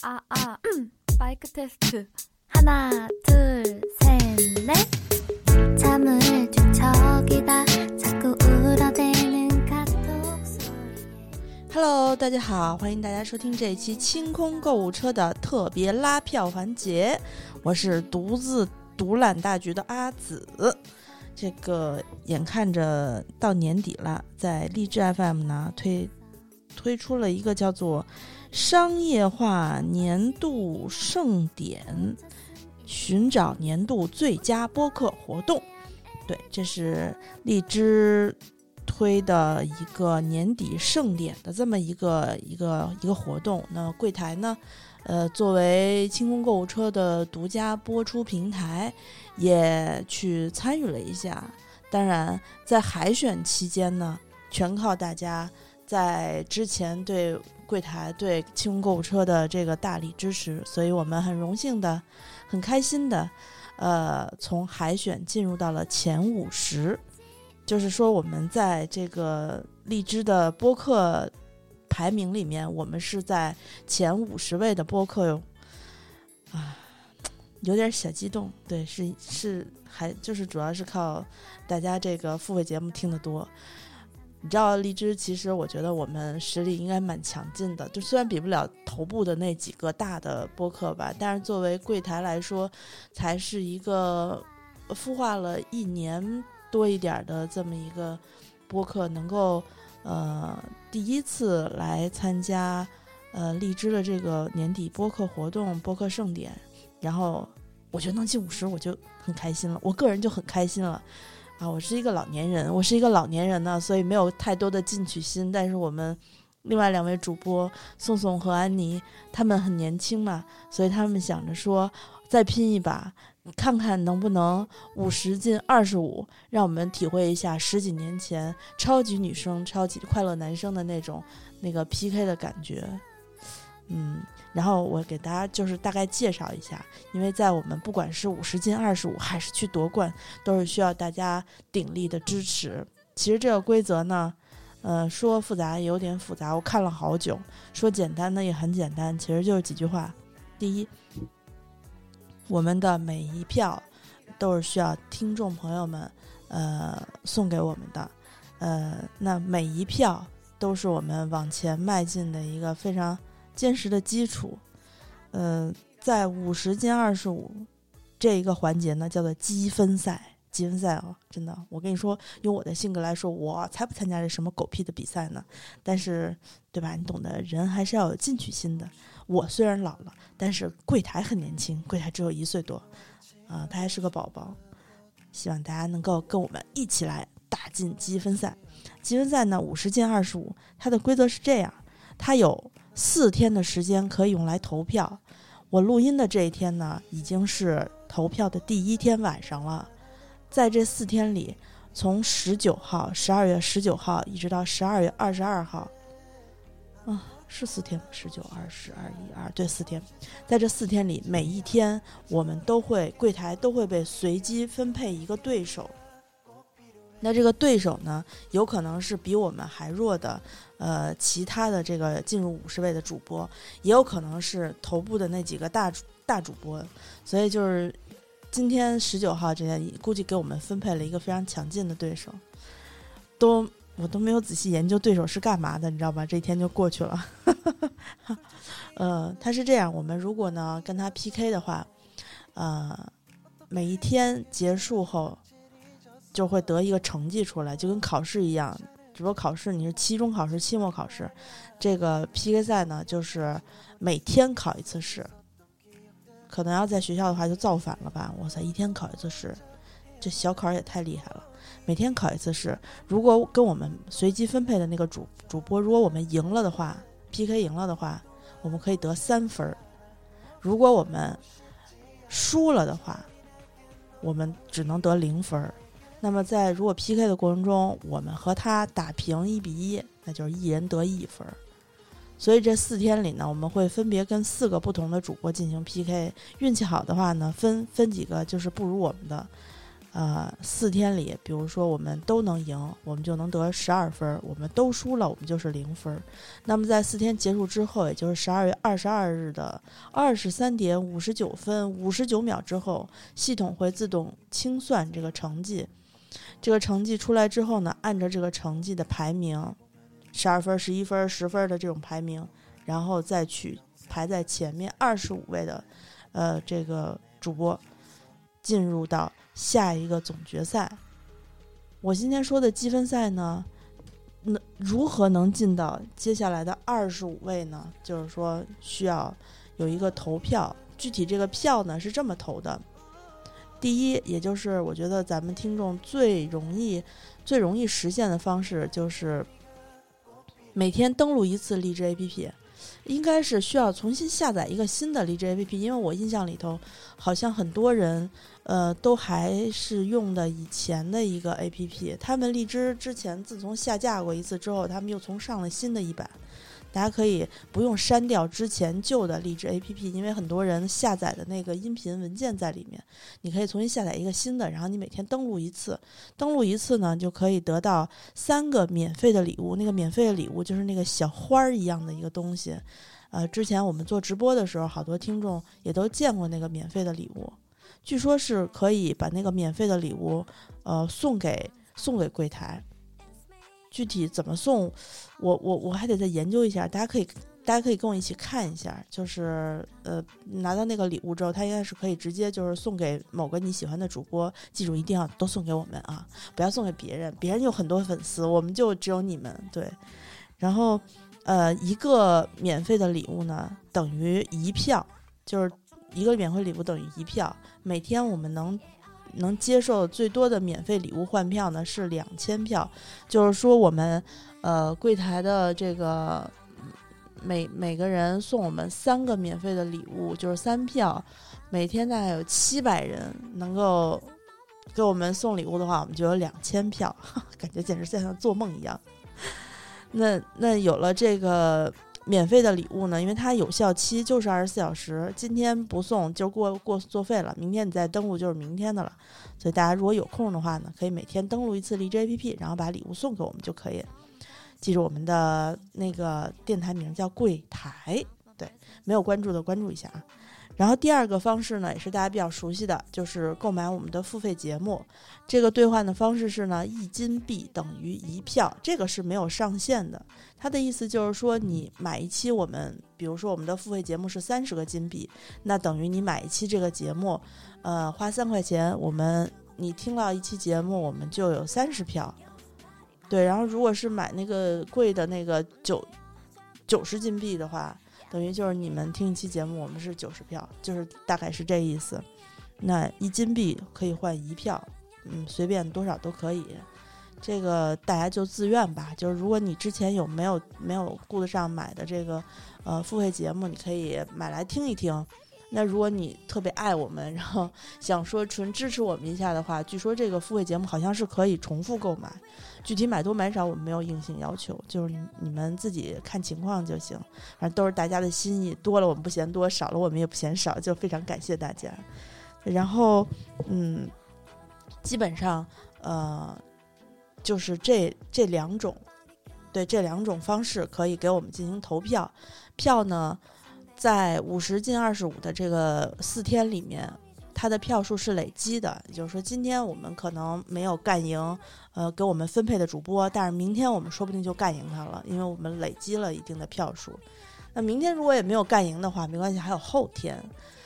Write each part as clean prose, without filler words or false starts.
마이크 테스트 하나 둘셋넷 잠을 뒤척이다 자꾸 울어대는 카톡 소리에 Hello， 大家好，欢迎大家收听这一期清空购物车的特别拉票环节，我是独自独揽大局的阿紫。这个眼看着到年底了，在荔枝 FM 呢推出了一个叫做商业化年度盛典，寻找年度最佳播客活动。对，这是荔枝推的一个年底盛典的这么一个活动。那柜台呢，作为清空购物车的独家播出平台，也去参与了一下。当然，在海选期间呢，全靠大家在之前对柜台对清空购物车的这个大力支持，所以我们很荣幸的、很开心的，从海选进入到了前50。就是说我们在这个荔枝的播客排名里面，我们是在前50位的播客哟，有点小激动。对，是还就是主要是靠大家这个付费节目听得多。你知道荔枝其实我觉得我们实力应该蛮强劲的，就虽然比不了头部的那几个大的播客吧，但是作为柜台来说，才是一个孵化了1年多一点的这么一个播客，能够第一次来参加荔枝的这个年底播客活动、播客盛典，然后我觉得能进50我就很开心了，我个人就很开心了啊！我是一个老年人呢，所以没有太多的进取心，但是我们另外2位主播宋宋和安妮，他们很年轻嘛，所以他们想着说再拼一把，看看能不能50进25，让我们体会一下10几年前超级女生、超级快乐男生的那个 PK 的感觉。然后我给大家就是大概介绍一下，因为在我们不管是50进25还是去夺冠，都是需要大家鼎力的支持。其实这个规则呢，说复杂也有点复杂，我看了好久；说简单呢也很简单，其实就是几句话。第一，我们的每一票都是需要听众朋友们送给我们的，那每一票都是我们往前迈进的一个非常坚实的基础。在50进25这一个环节呢，叫做积分赛。积分赛真的，我跟你说，用我的性格来说，我才不参加这什么狗屁的比赛呢。但是，对吧？你懂得，人还是要有进取心的。我虽然老了，但是柜台很年轻，柜台只有1岁多，他还是个宝宝。希望大家能够跟我们一起来打进积分赛。积分赛呢，50进25，它的规则是这样：它有4天的时间可以用来投票。我录音的这一天呢，已经是投票的第1天晚上了。在这4天里，从12月19号一直到12月22号，是4天吗？19、20、21、22，对，4天。在这4天里，每一天我们柜台都会被随机分配一个对手。那这个对手呢，有可能是比我们还弱的其他的这个进入50位的主播，也有可能是头部的那几个大主播。所以就是今天19号这天，估计给我们分配了一个非常强劲的对手。我都没有仔细研究对手是干嘛的，你知道吧？这一天就过去了。他是这样，我们如果呢跟他 PK 的话，每一天结束后就会得一个成绩出来，就跟考试一样。只不过考试你是期中考试、期末考试，这个 PK 赛呢就是每天考一次试。可能要在学校的话就造反了吧，哇塞，一天考一次试，这小考也太厉害了。每天考一次试，如果跟我们随机分配的那个主播，如果我们赢了的话， PK 赢了的话，我们可以得3分。如果我们输了的话，我们只能得0分。那么如果 PK 的过程中，我们和他打平1比1，那就是1人得1分。所以这4天里呢，我们会分别跟4个不同的主播进行 PK。运气好的话呢，分几个就是不如我们的， 4天里，比如说我们都能赢，我们就能得12分，我们都输了，我们就是0分。那么在4天结束之后，也就是12月22日的23点59分59秒之后，系统会自动清算这个成绩。这个成绩出来之后呢，按照这个成绩的排名，12分、11分、10分的这种排名，然后再取排在前面25位的这个主播进入到下一个总决赛。我今天说的积分赛呢，如何能进到接下来的25位呢？就是说需要有一个投票，具体这个票呢是这么投的。第一，也就是我觉得咱们听众最容易实现的方式，就是每天登录一次荔枝 APP。应该是需要重新下载一个新的荔枝 APP， 因为我印象里头好像很多人都还是用的以前的一个 APP， 他们荔枝之前自从下架过一次之后，他们又重上了新的一版。大家可以不用删掉之前旧的荔枝 APP， 因为很多人下载的那个音频文件在里面，你可以重新下载一个新的，然后你每天登录一次呢，就可以得到3个免费的礼物。那个免费的礼物就是那个小花一样的一个东西，之前我们做直播的时候，好多听众也都见过那个免费的礼物。据说是可以把那个免费的礼物送给柜台。具体怎么送，我还得再研究一下。大家可以跟我一起看一下，就是拿到那个礼物之后，它应该是可以直接就是送给某个你喜欢的主播。记住一定要都送给我们啊，不要送给别人有很多粉丝，我们就只有你们。对，然后一个免费的礼物呢等于1票，就是一个免费礼物等于1票。每天我们能接受最多的免费礼物换票呢是2000票，就是说我们柜台的这个每个人送我们3个免费的礼物，就是3票，每天大概有700人能够给我们送礼物的话，我们就有2000票，感觉简直像做梦一样。那有了这个免费的礼物呢，因为它有效期就是24小时，今天不送就过作废了，明天你再登录就是明天的了。所以大家如果有空的话呢，可以每天登录一次荔枝 APP， 然后把礼物送给我们就可以。记住我们的那个电台名叫柜台，对，没有关注的关注一下啊。然后第二个方式呢，也是大家比较熟悉的，就是购买我们的付费节目。这个兑换的方式是呢，1金币等于1票，这个是没有上限的。它的意思就是说，你买一期我们，比如说我们的付费节目是30个金币，那等于你买一期这个节目，花3块钱，你听到一期节目，我们就有30票。对，然后如果是买那个贵的那个90金币的话，等于就是你们听一期节目，我们是90票，就是大概是这意思。那1金币可以换1票，随便多少都可以。这个大家就自愿吧。就是如果你之前没有顾得上买的这个付费节目，你可以买来听一听。那如果你特别爱我们，然后想说纯支持我们一下的话，据说这个付费节目好像是可以重复购买，具体买多买少我们没有硬性要求，就是你们自己看情况就行，反正都是大家的心意，多了我们不嫌多，少了我们也不嫌少，就非常感谢大家。然后基本上就是这两种，对，这2种方式可以给我们进行投票。票呢在50进25的这个4天里面，它的票数是累积的，也就是说今天我们可能没有干赢给我们分配的主播，但是明天我们说不定就干赢他了，因为我们累积了一定的票数。那明天如果也没有干赢的话没关系，还有后天。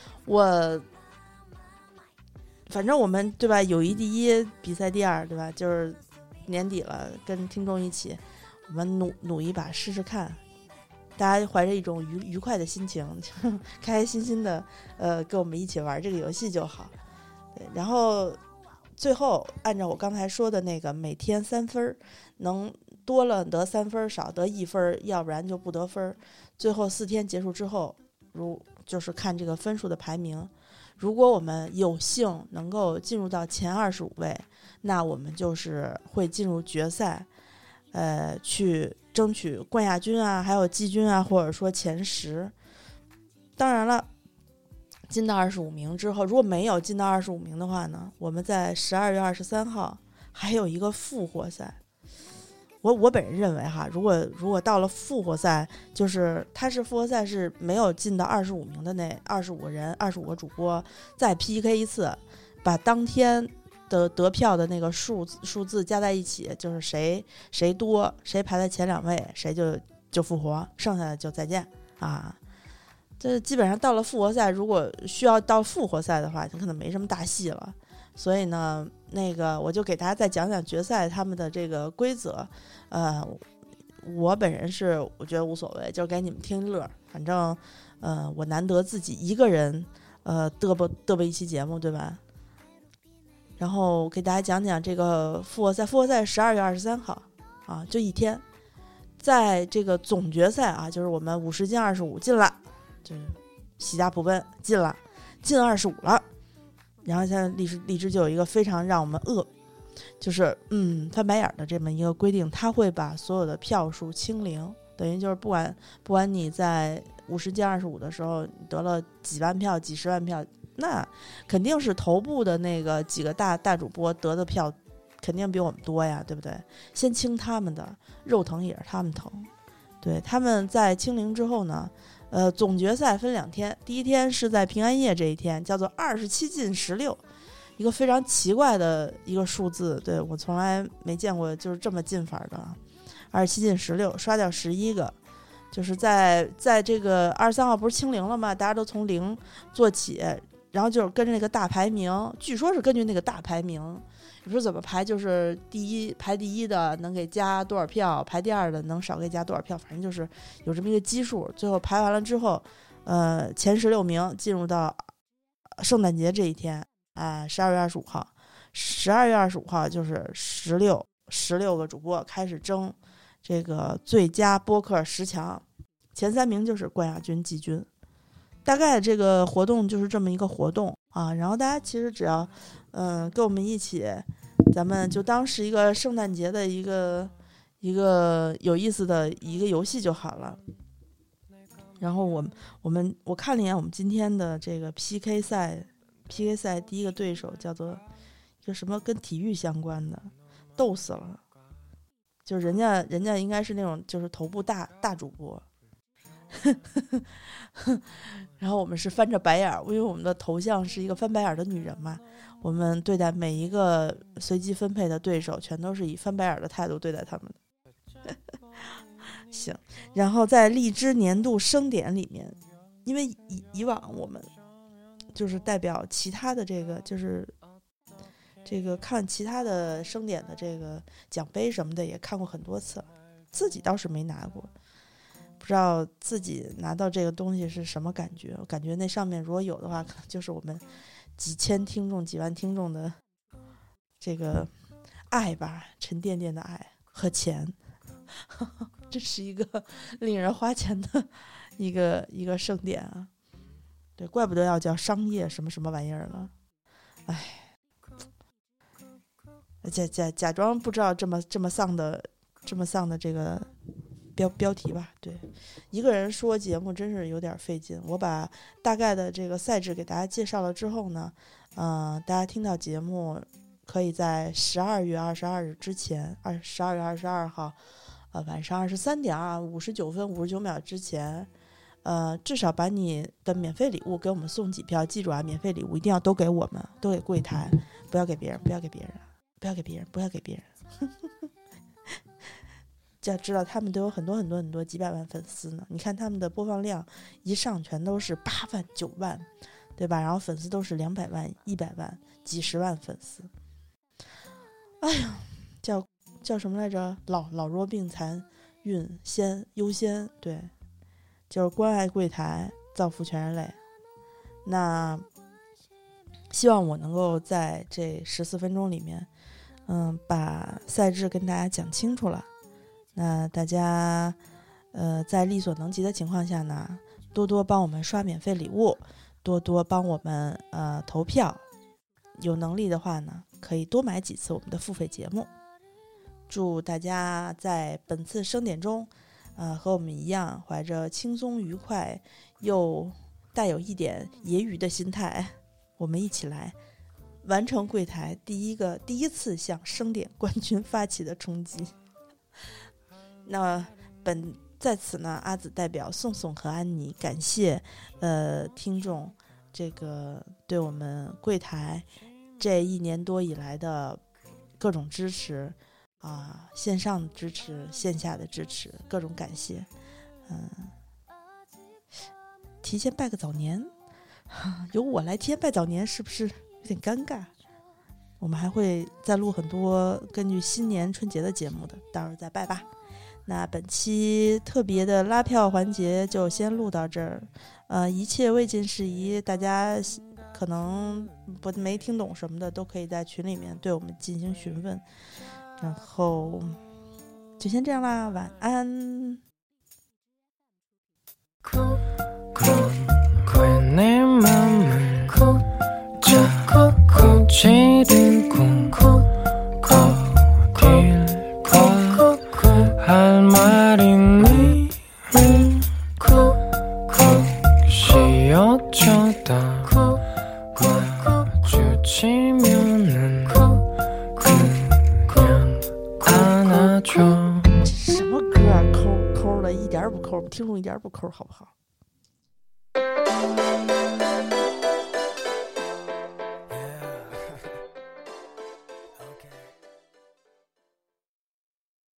反正我们对吧，友谊第一，比赛第二，对吧？就是年底了，跟听众一起我们努一把试试看，大家怀着一种愉快的心情，开开心心的跟我们一起玩这个游戏就好。对，然后最后按照我刚才说的那个，每天3分，能多了得3分，少得1分，要不然就不得分。最后4天结束之后，就是看这个分数的排名。如果我们有幸能够进入到前25位，那我们就是会进入决赛，去争取冠亚军啊，还有季军啊，或者说前10。当然了， 进到25名之后，如果没有进到25名的话呢，我们在12月23号还有一个复活赛。我本人认为哈，如果到了复活赛，就是它是复活赛是没有进到25名的那25个人，25个主播再 PK 一次，把当天的得票的那个数字加在一起，就是谁多谁排在前2位，谁就复活，剩下的就再见啊。这基本上到了复活赛，如果需要到复活赛的话，就可能没什么大戏了。所以呢，那个我就给大家再讲讲决赛他们的这个规则。我本人是我觉得无所谓，就给你们听乐。反正我难得自己一个人嘚啵一期节目，对吧？然后给大家讲讲这个复活赛。复活赛12月23号啊，就一天。在这个总决赛啊，就是我们50进25进了，就是喜家普奔进了，进25了。然后现在荔枝就有一个非常让我们就是翻白眼的这么一个规定，他会把所有的票数清零，等于就是不管你在50进25的时候你得了几万票几十万票，那肯定是头部的那个几个大主播得的票肯定比我们多呀，对不对？先清他们的，肉疼也是他们疼。对，他们在清零之后呢，总决赛分2天，第一天是在平安夜这一天，叫做27进16，一个非常奇怪的一个数字，对，我从来没见过就是这么进法的，27进16，刷掉11个，就是在这个23号不是清零了吗？大家都从0做起，然后就是跟着那个大排名，据说是根据那个大排名。你说怎么排？就是排第一的能给加多少票，排第2的能少给加多少票，反正就是有这么一个基数。最后排完了之后，前16名进入到圣诞节这一天，12月25号，12月25号就是16个主播开始争这个最佳播客10强，前3名就是冠亚军、季军。大概这个活动就是这么一个活动啊，然后大家其实只要跟我们一起，咱们就当是一个圣诞节的一个有意思的一个游戏就好了。然后我看了一眼我们今天的这个 PK 赛第一个对手叫做一个什么跟体育相关的，逗死了，就是人家应该是那种就是头部大主播。然后我们是翻着白眼，因为我们的头像是一个翻白眼的女人嘛，我们对待每一个随机分配的对手全都是以翻白眼的态度对待他们的。行，然后在荔枝年度盛典里面，因为以往我们就是代表其他的这个就是这个看其他的盛典的这个奖杯什么的也看过很多次，自己倒是没拿过，不知道自己拿到这个东西是什么感觉。我感觉那上面如果有的话，可能就是我们几千听众几万听众的这个爱吧，沉甸甸的爱和钱。这是一个令人花钱的一个盛典啊。对，怪不得要叫商业什么什么玩意儿了。哎，假装不知道这么丧的这个标题吧。对，一个人说节目真是有点费劲。我把大概的这个赛制给大家介绍了之后呢，大家听到节目可以在12月22日之前，12月22号晚上23点59分59秒之前，至少把你的免费礼物给我们送几票。记住啊，免费礼物一定要都给我们，都给柜台，不要给别人。就要知道他们都有很多几百万粉丝呢。你看他们的播放量一上全都是8万9万，对吧？然后粉丝都是200万100万几十万粉丝。哎呀，叫什么来着？老弱病残孕优先，对，就是关爱柜台，造福全人类。那希望我能够在这14分钟里面，把赛制跟大家讲清楚了。那大家在力所能及的情况下呢，多多帮我们刷免费礼物，多多帮我们投票，有能力的话呢，可以多买几次我们的付费节目。祝大家在本次盛典中和我们一样怀着轻松愉快又带有一点揶揄的心态，我们一起来完成柜台第一次向声点冠军发起的冲击。那在此呢，阿紫代表宋宋和安妮感谢听众这个对我们柜台这1年多以来的各种支持线上的支持，线下的支持，各种感谢。提前拜个早年，由我来提前拜早年是不是有点尴尬？我们还会再录很多根据新年春节的节目的，到时候再拜吧。那本期特别的拉票环节就先录到这儿，一切未尽事宜，大家可能没听懂什么的，都可以在群里面对我们进行询问。然后就先这样啦，晚安。什么歌啊，抠的一点不抠，听众一点不抠，好不好？